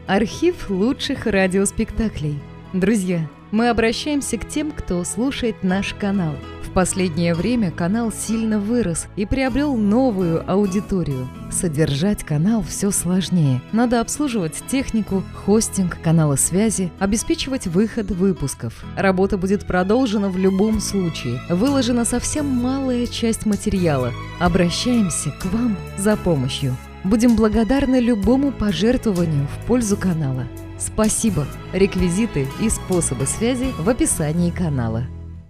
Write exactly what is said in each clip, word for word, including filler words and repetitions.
Архив лучших радиоспектаклей. Друзья, мы обращаемся к тем, кто слушает наш канал. В последнее время канал сильно вырос и приобрел новую аудиторию. Содержать канал все сложнее. Надо обслуживать технику, хостинг, каналы связи, обеспечивать выход выпусков. Работа будет продолжена в любом случае. Выложена совсем малая часть материала. Обращаемся к вам за помощью. Будем благодарны любому пожертвованию в пользу канала. Спасибо! Реквизиты и способы связи в описании канала.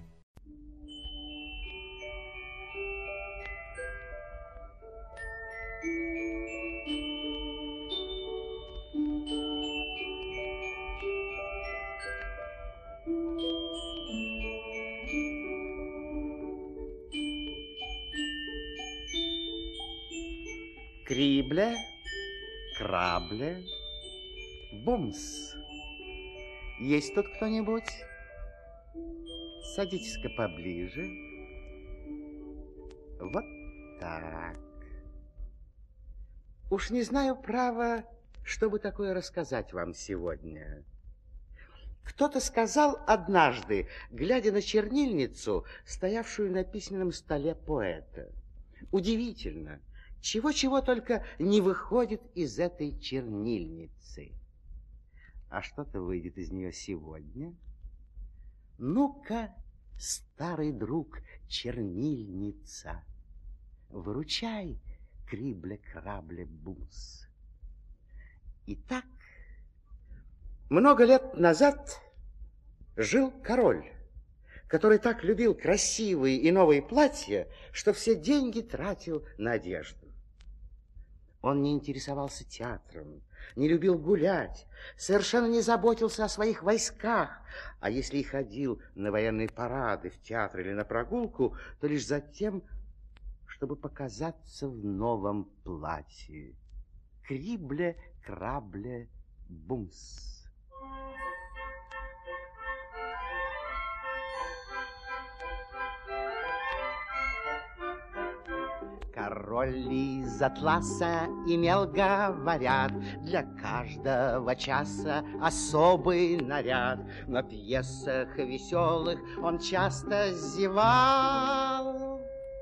Крибле, крабле, бумс. Есть тут кто-нибудь? Садитесь-ка поближе. Вот так. Уж не знаю, право, чтобы такое рассказать вам сегодня. Кто-то сказал однажды, глядя на чернильницу, стоявшую на письменном столе поэта: удивительно, чего-чего только не выходит из этой чернильницы. А что-то выйдет из нее сегодня. Ну-ка, старый друг, чернильница, выручай, крибле-крабле-бумс. Итак, много лет назад жил король, который так любил красивые и новые платья, что все деньги тратил на одежду. Он не интересовался театром, не любил гулять, совершенно не заботился о своих войсках, а если и ходил на военные парады, в театр или на прогулку, то лишь за тем, чтобы показаться в новом платье. Крибле, крабле, бумс. Король из атласа имел, говорят, для каждого часа особый наряд. На пьесах веселых он часто зевал.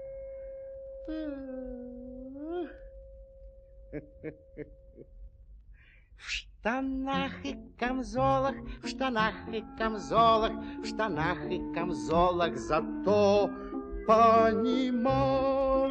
В штанах и камзолах, в штанах и камзолах, в штанах и камзолах, зато понимал.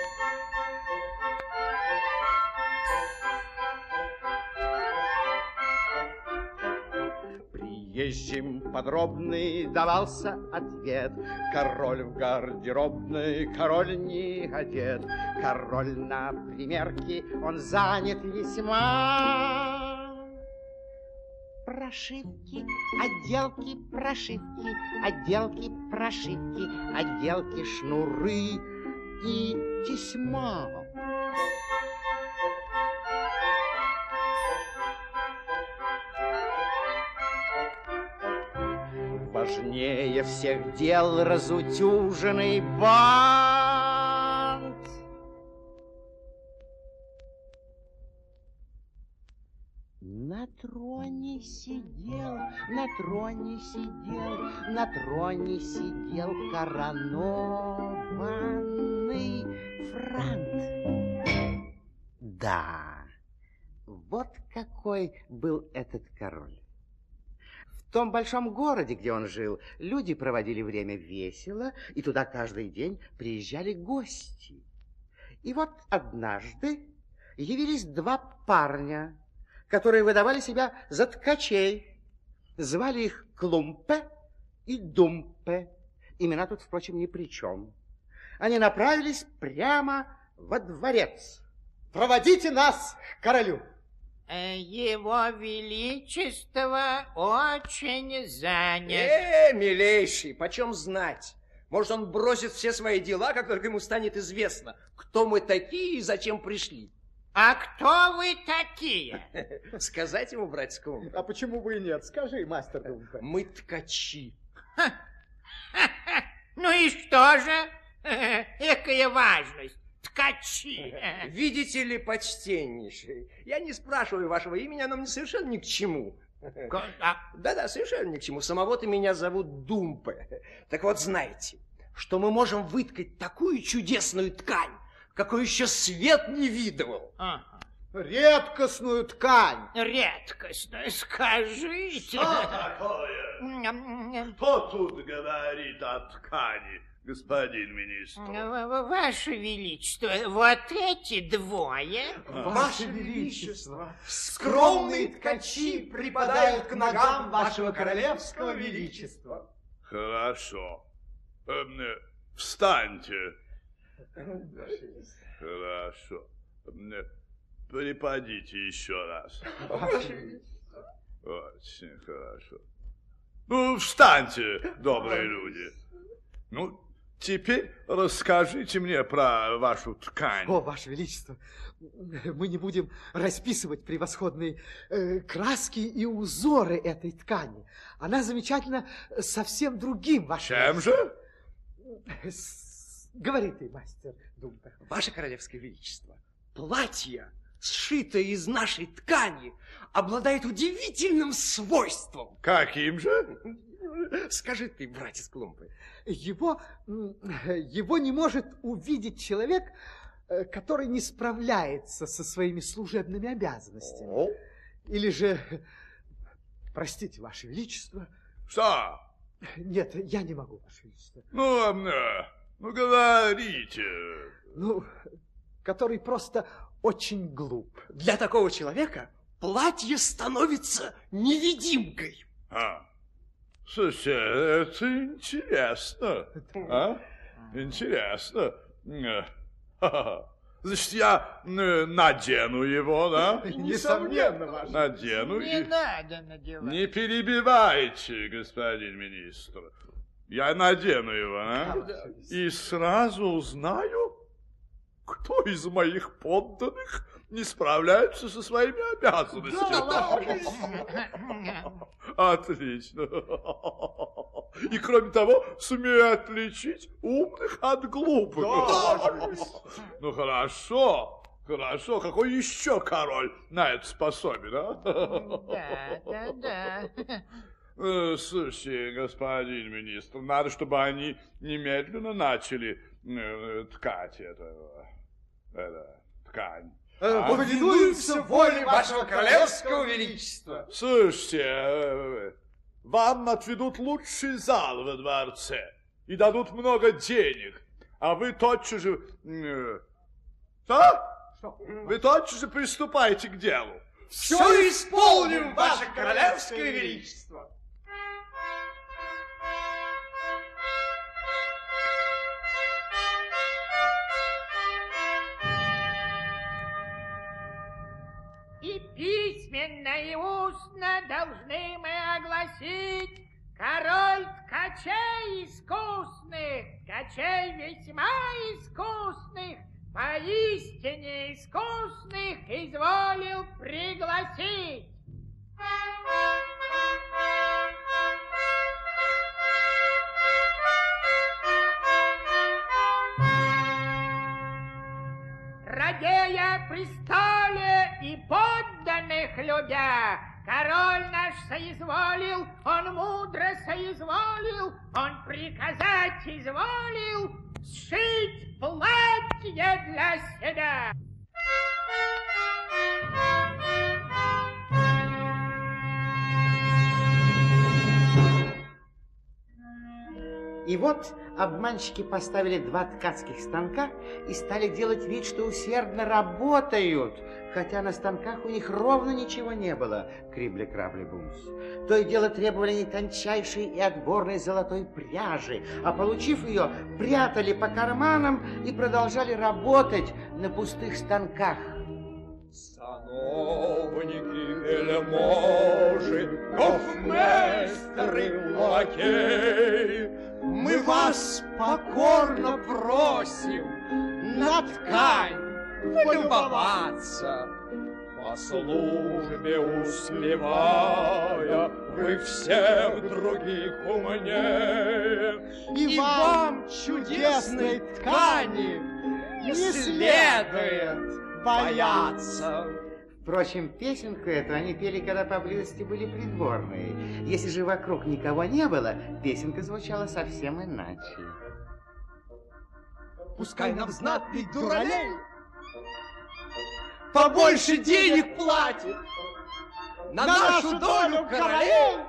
Приезжим подробный давался ответ. Король в гардеробной, король не одет. Король на примерке, он занят весьма. Прошивки, отделки, прошивки, отделки, прошивки, отделки, шнуры и тесьма. Важнее всех дел разутюженный бант. На троне сидел, на троне сидел, на троне сидел коронованный франт. Да, вот какой был этот король. В том большом городе, где он жил, люди проводили время весело, и туда каждый день приезжали гости. И вот однажды явились два парня, которые выдавали себя за ткачей. Звали их Клумпе и Думпе. Имена тут, впрочем, ни при чем. Они направились прямо во дворец. Проводите нас к королю. Его Величество очень занят. Э, милейший, почем знать? Может, он бросит все свои дела, как только ему станет известно, кто мы такие и зачем пришли. А кто вы такие? Сказать ему, братец Клумп? А почему бы и нет? Скажи, мастер Думпе. Мы ткачи. Ну и что же? Экая важность. ткачи. Видите ли, почтеннейший, я не спрашиваю вашего имени, оно мне совершенно ни к чему. Да-да, совершенно ни к чему. Самого-то меня зовут Думпе. Так вот, знаете, что мы можем выткать такую чудесную ткань, какой еще свет не видывал. Ага. Редкостную ткань. Редкостную, скажите. Что такое? Кто тут говорит о ткани, господин министр? Ваше Величество, вот эти двое... Ваше Величество, скромные ткачи припадают к ногам вашего королевского величества. Хорошо. Эм, встаньте. Хорошо. Эм, Припадите еще раз. Очень хорошо. Ну, встаньте, добрые люди. Ну, теперь расскажите мне про вашу ткань. О, Ваше Величество, мы не будем расписывать превосходные э, краски и узоры этой ткани. Она замечательна совсем другим, Ваше Чем Величество. же? С... Говори ты, мастер Думпе. Ваше королевское величество, платье, сшитое из нашей ткани, обладает удивительным свойством. Каким же? Скажи ты, братец Клумпы. Его, его не может увидеть человек, который не справляется со своими служебными обязанностями. О. Или же, простите, Ваше Величество. Что? Нет, я не могу, Ваше Величество. Ну, ну говорите. Ну, который просто очень глуп. Для такого человека платье становится невидимкой. А, слушайте, это интересно. А? Интересно. Значит, я надену его, да? Несомненно, Ваше. Надену Не и... надо надевать. Не перебивайте, господин министр. Я надену его, а? И сразу узнаю, кто из моих подданных не справляется со своими обязанностями. Отлично. И кроме того, сумею отличить умных от глупых. Ну хорошо, хорошо. Какой еще король на это способен, а? Да, да, да. Э, Слушайте, господин министр, надо, чтобы они немедленно начали э, ткать эту, это, ткань. А? Повинуемся воле вашего королевского величества. Слушайте, э, вам отведут лучший зал во дворце и дадут много денег, а вы тотчас же... э, Что? Что? Вы тотчас же приступаете к делу. Все исполним, ваше королевское величество. И письменно, и устно должны мы огласить: король ткачей искусных, ткачей весьма искусных, поистине искусных изволил пригласить. Радея о престоле и подданных любя, король наш соизволил, он мудро соизволил, он приказать изволил сшить платье для себя. И вот обманщики поставили два ткацких станка и стали делать вид, что усердно работают, хотя на станках у них ровно ничего не было. Крибли-крабли-бумс. То и дело требовали не тончайшей и отборной золотой пряжи, а получив ее, прятали по карманам и продолжали работать на пустых станках. Сановники, вельможи, гофмейстеры, лакеи, мы вас покорно просим на ткань полюбоваться. По службе успевая, вы всех других умнее, и вам чудесной ткани не следует бояться. Впрочем, песенку эту они пели, когда поблизости были придворные. Если же вокруг никого не было, песенка звучала совсем иначе. Пускай нам знатный дуралей побольше денег платит на нашу долю королей.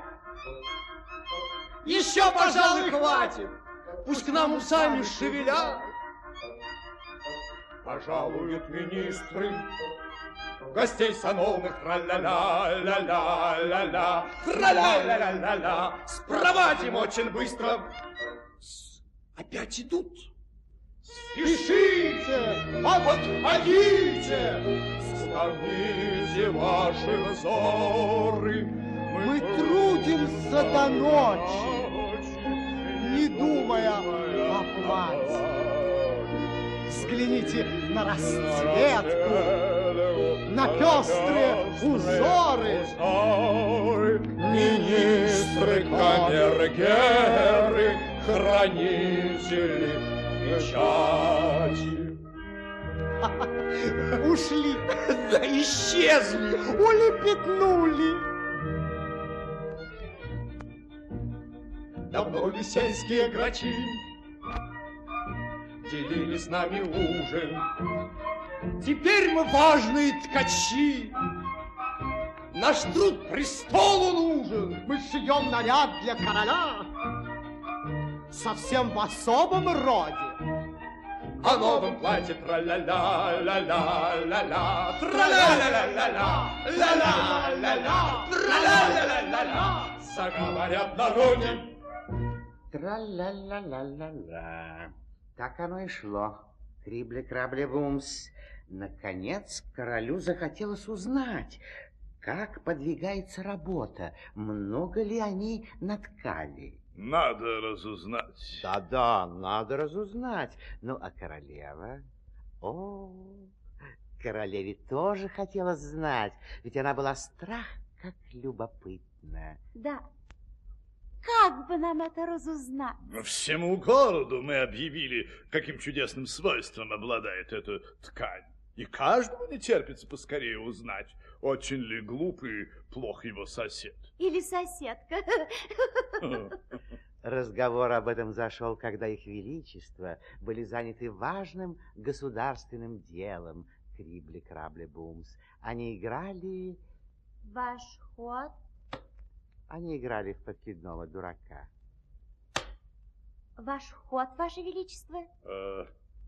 Еще, пожалуй, хватит. Пусть к нам усами шевелят. Пожалуют министры гостей сановных, тра-ля-ля-ля-ля-ля-ля, тра-ля-ля-ля-ля-ля. Спровадь им очень быстро. Опять идут. Спешите, подходите, склоните ваши взоры. Мы трудимся до ночи, не думая о плате. Взгляните на расцветку, на пестрые узоры. Министры, камергеры, хранители печати. Ушли. Да исчезли. Улепетнули. Давно ли сельские грачи делили с нами ужин? Теперь мы важные ткачи. Наш труд престолу нужен. Мы шьем наряд для короля совсем в особом роде. О новом платье тра-ля-ля-ля-ля-ля-ля, тра-ля-ля-ля-ля-ля, ля-ля-ля-ля, тра-ля-ля-ля-ля, заговорят народе. Тра-ля-ля-ля-ля-ля. Так оно и шло. Крибли-крабли-бумс. Наконец, королю захотелось узнать, как подвигается работа, много ли они наткали. Надо разузнать. Да-да, надо разузнать. Ну, а королева? О, королеве тоже хотелось знать, ведь она была страх как любопытна. Да. Как бы нам это разузнать? Всему городу мы объявили, каким чудесным свойством обладает эта ткань. И каждому не терпится поскорее узнать, очень ли глупый, плох его сосед. Или соседка. Разговор об этом зашел, когда их величество были заняты важным государственным делом. Крибли-крабли-бумс. Они играли... Ваш ход? Они играли в подкидного дурака. Ваш ход, ваше величество? А...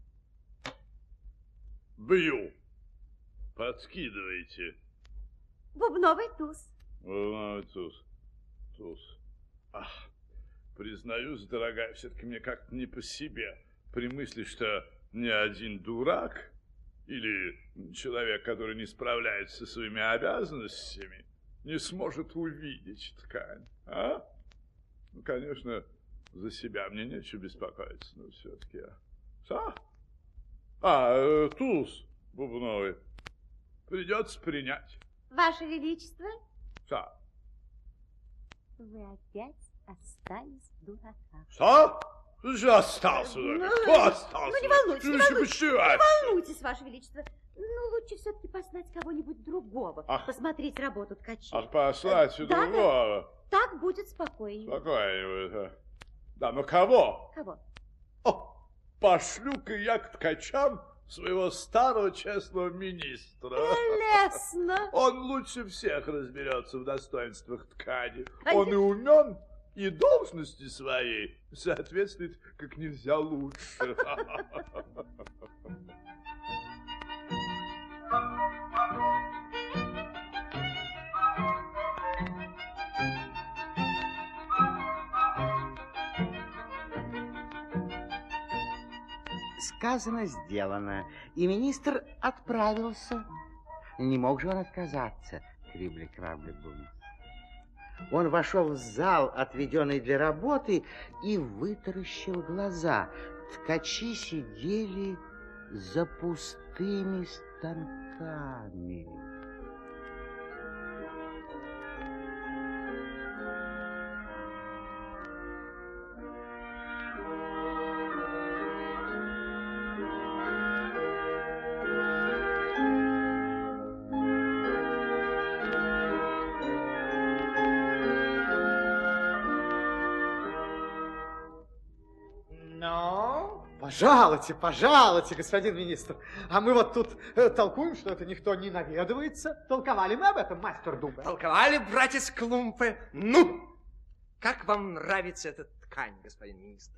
Бью. Подкидывайте. Бубновый туз. Бубновый туз. Туз. Ах, признаюсь, дорогая, все-таки мне как-то не по себе при мысли, что ни один дурак или человек, который не справляется со своими обязанностями, не сможет увидеть ткань. А? Ну, конечно, за себя мне нечего беспокоиться, но все-таки... А, а э, туз бубновый придется принять. Ваше величество? Что? Вы опять остались дурака. Что? Что остался дурака? Ну, Кто остался? Ну, не волнуйтесь, не волнуйтесь, не волнуйтесь, ваше величество. Ну, лучше все-таки послать кого-нибудь другого, Ах. посмотреть работу ткачей. Ах, послать э, другого? Да, так будет спокойнее. Спокойнее. Да, но кого? Кого? О, пошлю-ка я к ткачам своего старого честного министра. Прелестно. Он лучше всех разберется в достоинствах ткани. А Он я... и умен, и должности своей соответствует как нельзя лучше. Сказано, сделано, и министр отправился. Не мог же он отказаться, Крибли-крабли-бумс. Он вошел в зал, отведенный для работы, и вытаращил глаза. Ткачи сидели за пустыми станками. Пожалуйте, пожалуйте, господин министр. А мы вот тут э, толкуем, что это никто не наведывается. Толковали мы об этом, мастер Дубе? Толковали, братец Клумпе. Ну, как вам нравится эта ткань, господин министр?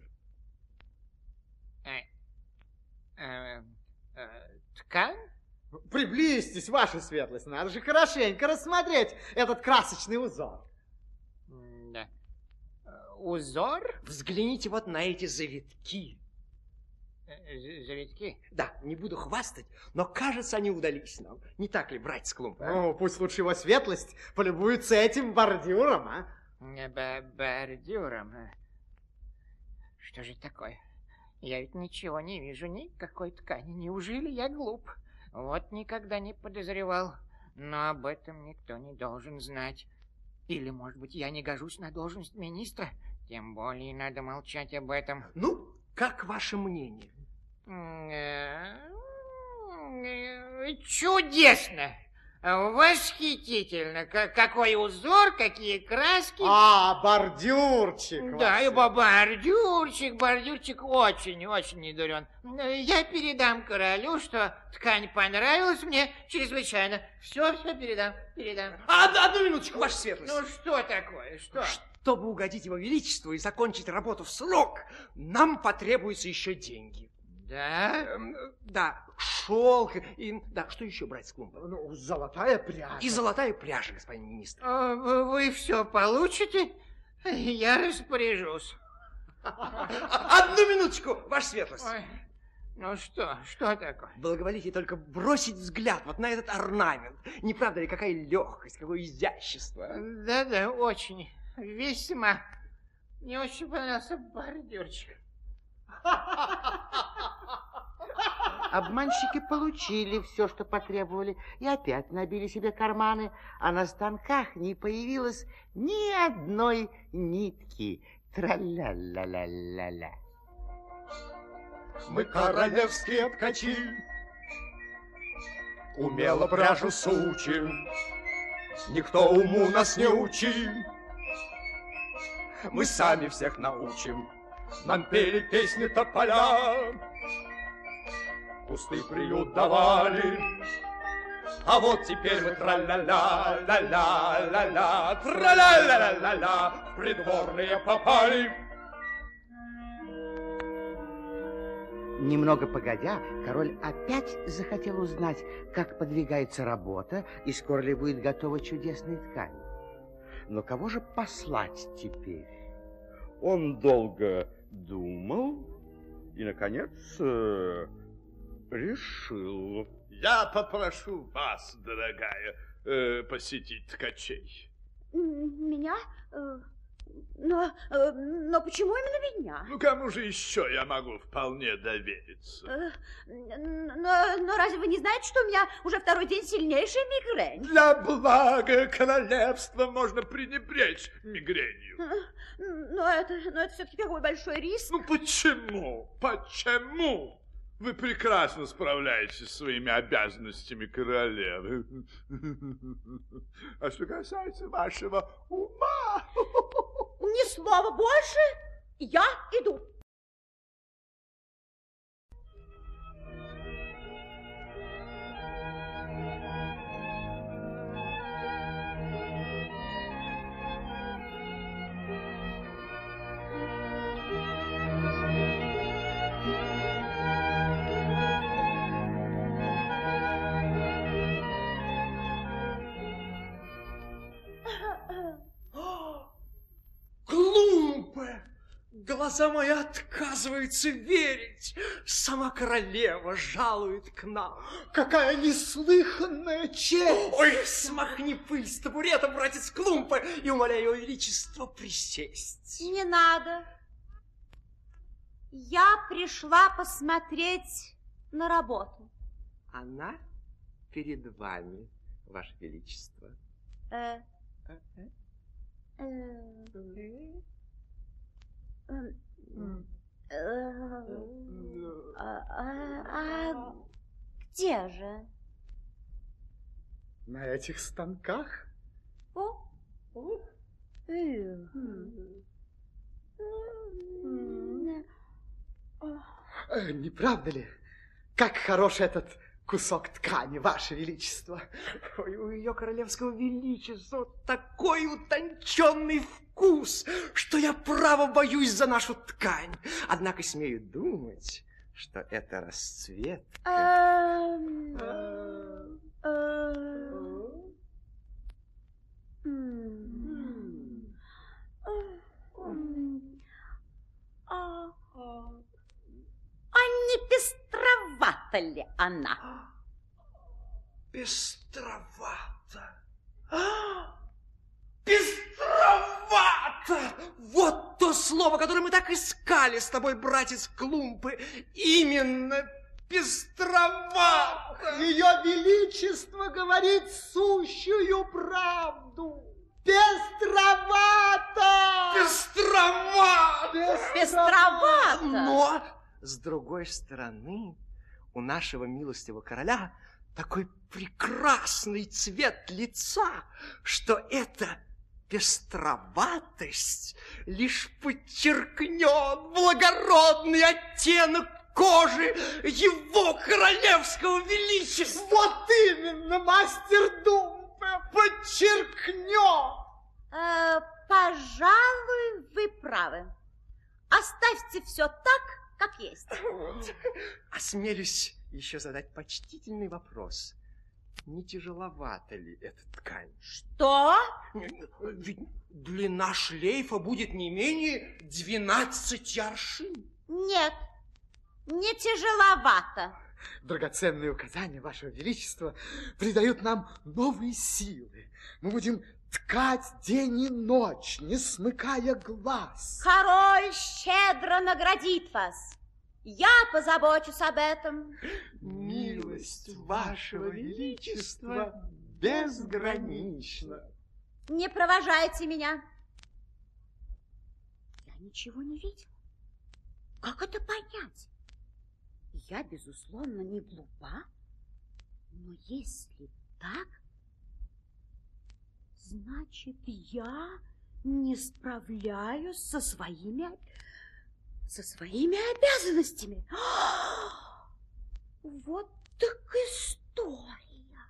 Э, э, э, ткань? Приблизьтесь, ваша светлость. Надо же хорошенько рассмотреть этот красочный узор. Да. Узор? Взгляните вот на эти завитки. Завитки? Да, не буду хвастать, но, кажется, они удались нам. Не так ли, братец Клумпе? Ну, пусть лучше его светлость полюбуется этим бордюром, а? Бордюром? Что же такое? Я ведь ничего не вижу, никакой ткани. Неужели я глуп? Вот никогда не подозревал. Но об этом никто не должен знать. Или, может быть, я не гожусь на должность министра? Тем более надо молчать об этом. Ну, как ваше мнение? Чудесно! Восхитительно! Какой узор, какие краски! А, бордюрчик! Да, и бордюрчик, бордюрчик очень-очень не дурен. Я передам королю, что ткань понравилась мне чрезвычайно. Все, все передам, передам. А, одну минуточку, ваша светлость. Ну, что такое, что? Чтобы угодить его величеству и закончить работу в срок, нам потребуются еще деньги. Да? Эм, да, шелк и... Да, что еще, братец Клумпе? Ну, золотая пряжа. И золотая пряжа, господин министр. Вы все получите? Я распоряжусь. Одну минуточку, ваша светлость. Ой, ну что, что такое? Благоволите только бросить взгляд вот на этот орнамент. Не правда ли, какая легкость, какое изящество? Да-да, очень, весьма. Мне очень понравился бордюрчик. Обманщики получили все, что потребовали, и опять набили себе карманы, а на станках не появилось ни одной нитки. Тра-ля-ля-ля-ля-ля. Мы королевские ткачи, умело пряжу сучим, никто уму нас не учи. Мы сами всех научим, нам пели песни тополя, кусты приют давали, а вот теперь мы тра-ля-ля-ля-ля-ля-ля, тра-ля-ля-ля-ля-ля, в придворные попали. Немного погодя, король опять захотел узнать, как подвигается работа и скоро ли будет готова чудесная ткань. Но кого же послать теперь? Он долго думал и, наконец, э, решил. Я попрошу вас, дорогая, э, посетить ткачей. Меня? Но, но почему именно меня? Ну, кому же еще я могу вполне довериться? Но, но разве вы не знаете, что у меня уже второй день сильнейшая мигрень? Для блага королевства можно пренебречь мигренью. Но это, но это все-таки такой большой риск. Ну, почему? Почему? Вы прекрасно справляетесь со своими обязанностями королевы. А что касается вашего ума... Ни слова больше, я иду. Клумпе! Глаза мои отказываются верить. Сама королева жалует к нам. Какая неслыханная честь! Ой, смахни пыль с табурета, братец Клумпе, и умоляю его величество присесть. Не надо. Я пришла посмотреть на работу. Она перед вами, ваше величество. Э, э, А где же? На этих станках? О, Не правда ли? Как хорош этот кусок ткани, Ваше Величество. Ой, у ее королевского величества такой утонченный вкус, что я право боюсь за нашу ткань. Однако смею думать, что это расцветка. А не пестровата ли она? Пестровата. Пестровата! Вот то слово, которое мы так искали с тобой, братец Клумпы. Именно пестровата. Ее Величество говорит сущую правду. Пестровата! Пестровата! Пестровата! Но, с другой стороны, у нашего милостивого короля такой прекрасный цвет лица, что эта пестроватость лишь подчеркнет благородный оттенок кожи его королевского величества. Вот именно, мастер Думпе, подчеркнет. Э, пожалуй, вы правы. Оставьте все так, как есть. Осмелюсь еще задать почтительный вопрос. Не тяжеловата ли эта ткань? Что? Ведь длина шлейфа будет не менее двенадцати аршин. Нет, не тяжеловато. Драгоценные указания Вашего Величества придают нам новые силы. Мы будем ткать день и ночь, не смыкая глаз. Король щедро наградит вас. Я позабочусь об этом. Милость Вашего Величества безгранична. Не провожайте меня. Я ничего не видела. Как это понять? Я, безусловно, не глупа, но если так, значит, я не справляюсь со своими, со своими обязанностями. Вот так история.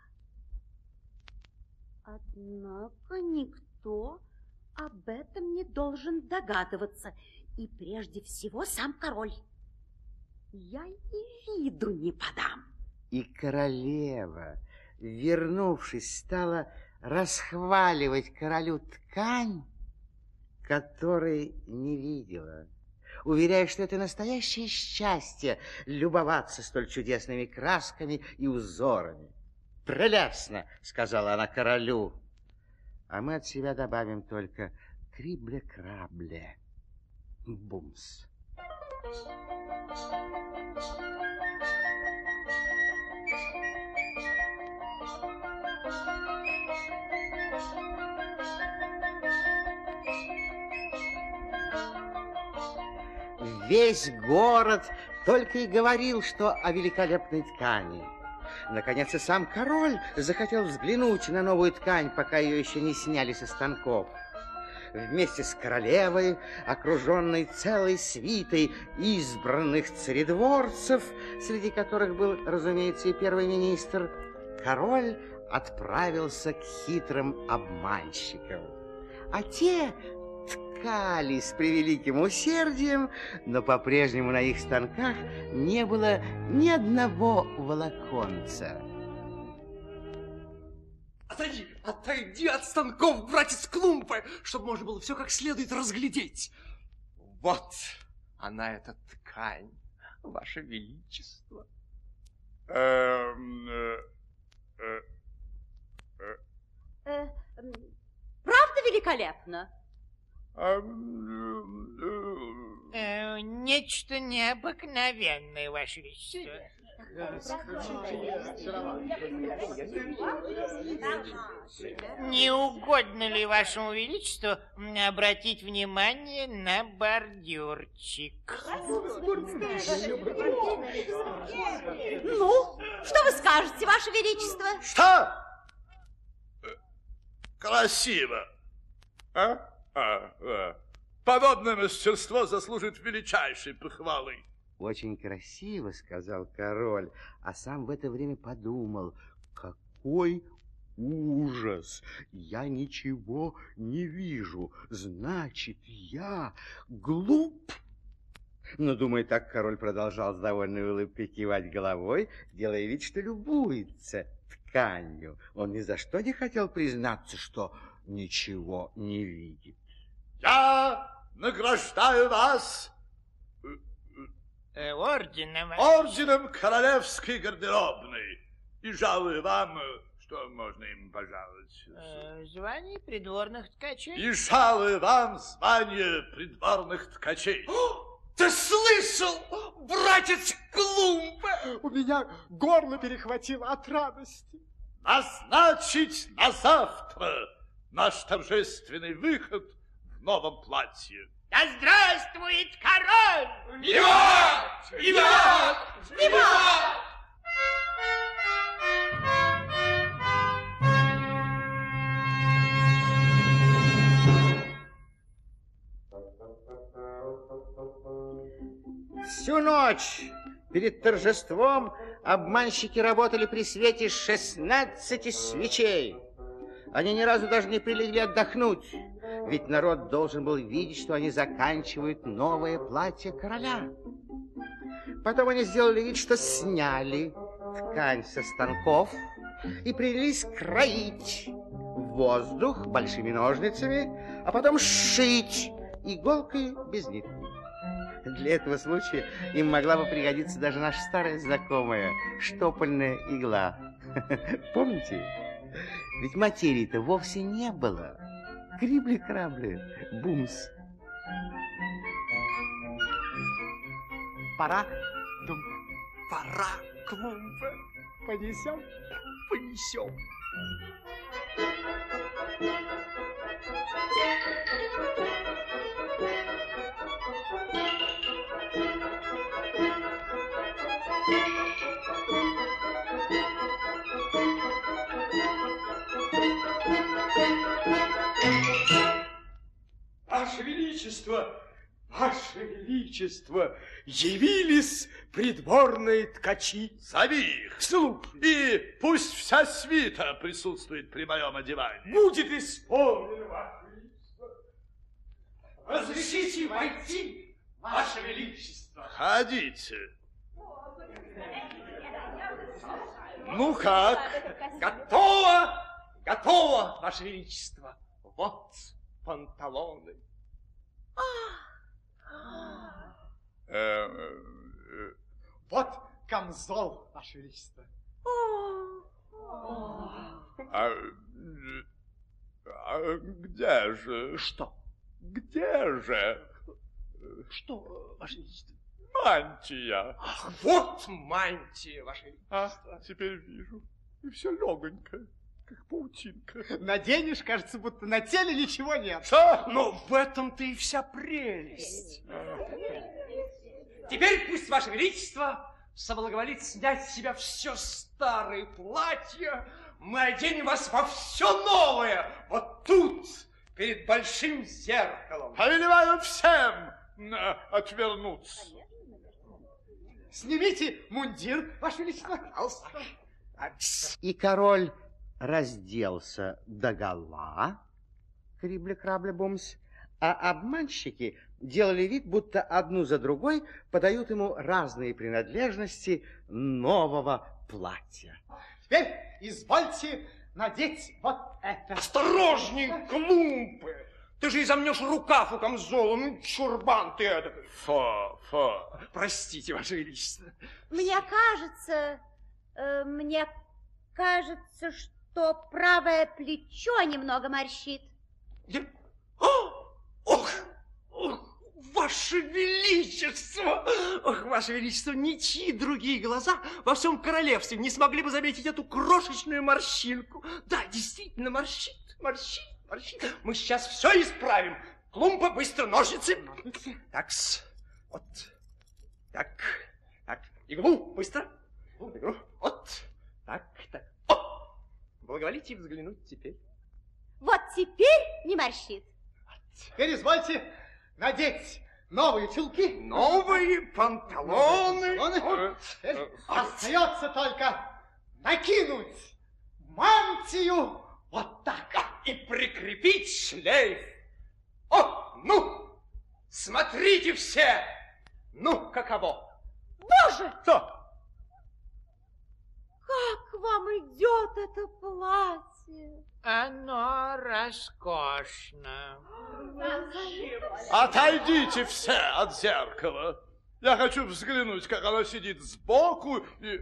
Однако никто об этом не должен догадываться, и прежде всего сам король. Я и виду не подам. И королева, вернувшись, стала расхваливать королю ткань, которой не видела, уверяя, что это настоящее счастье любоваться столь чудесными красками и узорами. «Прелестно!» — сказала она королю. А мы от себя добавим только «крибле-крабле». Бумс. Весь город только и говорил, что о великолепной ткани. Наконец и сам король захотел взглянуть на новую ткань, пока ее еще не сняли со станков. Вместе с королевой, окруженной целой свитой избранных царедворцев, среди которых был, разумеется, и первый министр, король отправился к хитрым обманщикам. А те ткали с превеликим усердием, но по-прежнему на их станках не было ни одного волоконца. Отойди, отойди от станков, братец Клумпы, чтобы можно было все как следует разглядеть. Вот она, эта ткань, Ваше Величество. Правда великолепно? Э, нечто необыкновенное, Ваше Величество. Не угодно ли Вашему Величеству обратить внимание на бордюрчик? Ну, что вы скажете, Ваше Величество? Что? Красиво. А? А, а. Подобное мастерство заслужит величайшей похвалы. Очень красиво, сказал король, а сам в это время подумал, какой ужас! Я ничего не вижу, значит, я глуп. Но, думая так, король продолжал с довольной улыбкой кивать головой, делая вид, что любуется тканью. Он ни за что не хотел признаться, что ничего не видит. Я награждаю вас Э, орденом. орденом королевской гардеробной и жалую вам, что можно им пожаловать. Э, звание придворных ткачей. И жалую вам звание придворных ткачей. Ты слышал, братец Клумп? У меня горло перехватило от радости. Назначить на завтра наш торжественный выход в новом платье. Да здравствует король! Виват! Виват! Виват! Всю ночь перед торжеством обманщики работали при свете шестнадцати свечей. Они ни разу даже не прилегли отдохнуть, ведь народ должен был видеть, что они заканчивают новое платье короля. Потом они сделали вид, что сняли ткань со станков и принялись кроить в воздух большими ножницами, а потом сшить иголкой без нитки. Для этого случая им могла бы пригодиться даже наша старая знакомая штопольная игла. Помните? Ведь материи-то вовсе не было. Крибли-крабли, бумс. Пора, Дум, Пора, Клумп. понесем. Понесем. Ваше Величество, Ваше Величество, явились придворные ткачи. Зови их. Слух. И пусть вся свита присутствует при моем одевании. Будет исполнено, Ваше Величество. Разрешите войти, Ваше Величество. Ходите. Ну как? Готово, готово, Ваше Величество. Вот панталоны. Э, э, Вот камзол, Ваше Величество. а, э, а где же? Что? Где же? Что, Ваше Величество? Мантия. Ах, вот мантия, Ваше Величество. А, теперь вижу. И все легонько, как паутинка. Наденешь, кажется, будто на теле ничего нет. Что? Но в этом-то и вся прелесть. Теперь пусть Ваше Величество соблаговолит снять с себя все старое платье. Мы оденем вас во все новое. Вот тут, перед большим зеркалом. Повелеваю всем э, отвернуться. Снимите мундир, Ваше Величество. И король разделся догола, крибли-крабли-бумс, а обманщики делали вид, будто одну за другой подают ему разные принадлежности нового платья. Теперь извольте надеть вот это. Осторожней, Клумпы! Ты же изомнешь рукав у камзола, ну, чурбан ты эдакой. Фу, фу. Простите, Ваше Величество. Мне кажется, э, мне кажется, что правое плечо немного морщит. Я... О! Ох! Ох! Ваше Величество! Ох, Ваше Величество, ничьи другие глаза во всем королевстве не смогли бы заметить эту крошечную морщинку. Да, действительно, морщит, морщит, морщит. Мы сейчас все исправим. Клумпа, быстро, ножницы. Такс, вот, так, так, иглу, быстро, иглу, вот, так, так. О! Благоволите взглянуть теперь. Вот теперь не морщит. Теперь извольте надеть новые чулки. Новые панталоны. панталоны. Теперь остается только накинуть мантию вот так. И прикрепить шлейф. О, ну, смотрите все. Ну, каково? Боже! Что? Как вам идет это платье? Оно роскошно. Отойдите все от зеркала. Я хочу взглянуть, как оно сидит сбоку и,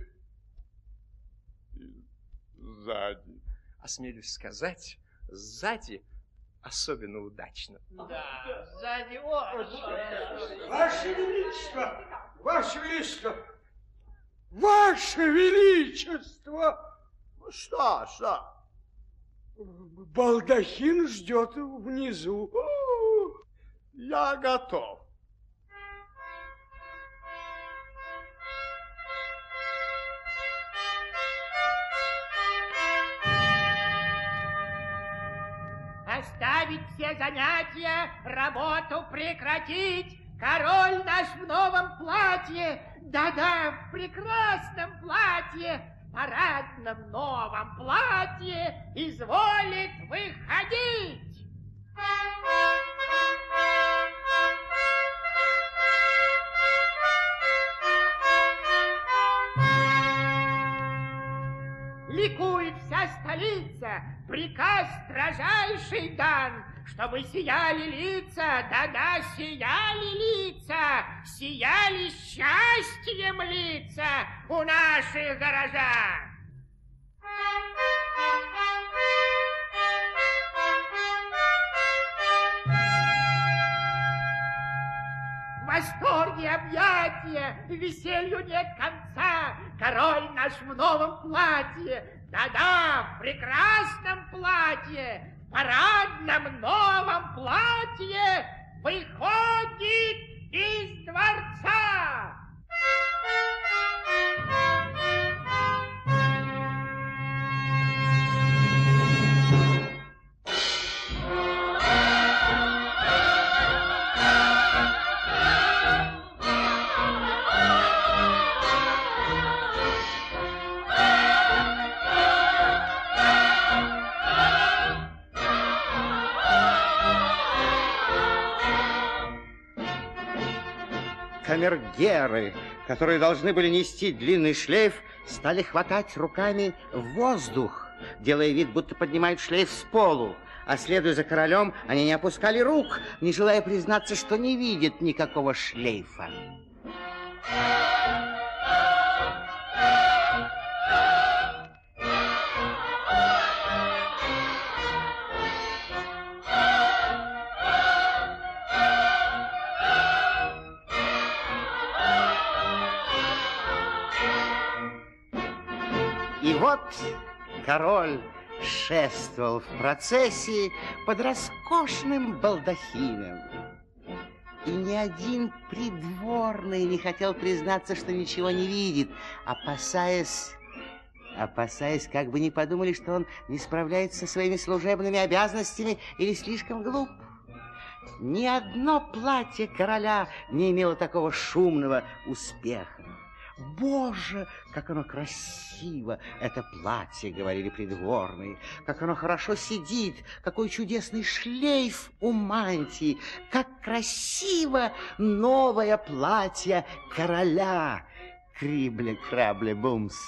и сзади. Осмелюсь сказать, сзади особенно удачно. Да, сзади очень. Ваше Величество! Ваше Величество! Ваше Величество! Что, что? Балдахин ждет внизу. Я готов. Оставить все занятия, работу прекратить. Король наш в новом платье, да-да, в прекрасном платье, парадном новом платье изволит выходить. Ликует вся столица, приказ строжайший дан, чтобы сияли лица, да-да, сияли лица, сияли счастьем лица у наших горожан. В восторге объятия, веселью нет конца. Король наш в новом платье, да-да, в прекрасном платье, в парадном новом платье выходит из дворца. Камергеры, которые должны были нести длинный шлейф, стали хватать руками в воздух, делая вид, будто поднимают шлейф с полу. А следуя за королем, они не опускали рук, не желая признаться, что не видят никакого шлейфа. И вот король шествовал в процессии под роскошным балдахином. И ни один придворный не хотел признаться, что ничего не видит, опасаясь, опасаясь, как бы не подумали, что он не справляется со своими служебными обязанностями или слишком глуп. Ни одно платье короля не имело такого шумного успеха. «Боже, как оно красиво, это платье!» — говорили придворные. «Как оно хорошо сидит! Какой чудесный шлейф у мантии! Как красиво новое платье короля!» Крибле-крабле-бумс.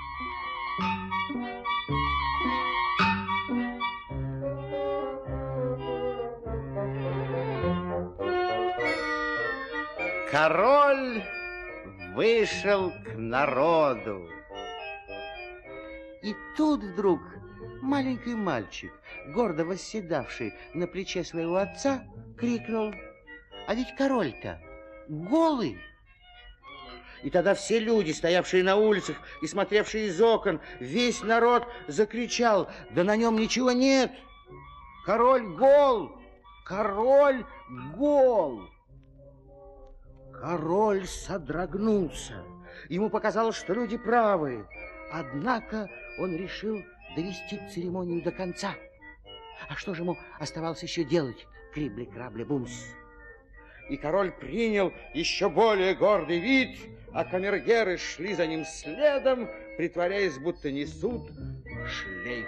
Король вышел к народу. И тут вдруг маленький мальчик, гордо восседавший на плече своего отца, крикнул: «А ведь король-то голый!» И тогда все люди, стоявшие на улицах и смотревшие из окон, весь народ закричал: «Да на нем ничего нет! Король гол! Король гол!» Король содрогнулся. Ему показалось, что люди правы. Однако он решил довести церемонию до конца. А что же ему оставалось еще делать? Крибли-крабли-бумс. и король принял еще более гордый вид, а камергеры шли за ним следом, притворяясь, будто несут шлейф.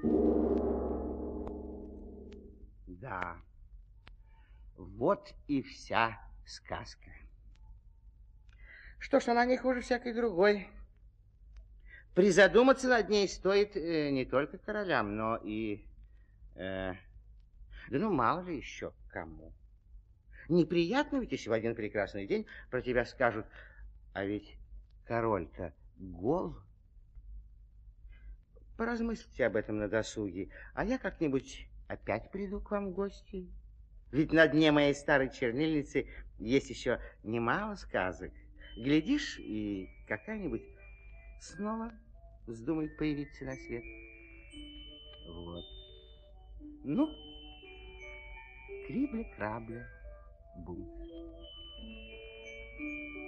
Да, вот и вся сказка. Что ж, она не хуже всякой другой. Призадуматься над ней стоит э, не только королям, но и... Э, да ну, мало ли еще кому. Неприятно ведь, если в один прекрасный день про тебя скажут, а ведь король-то гол. Поразмыслите об этом на досуге, а я как-нибудь опять приду к вам в гости. Ведь на дне моей старой чернильницы есть еще немало сказок. Глядишь, и какая-нибудь снова вздумает появиться на свет. Вот. Ну, крибля-крабля, бум.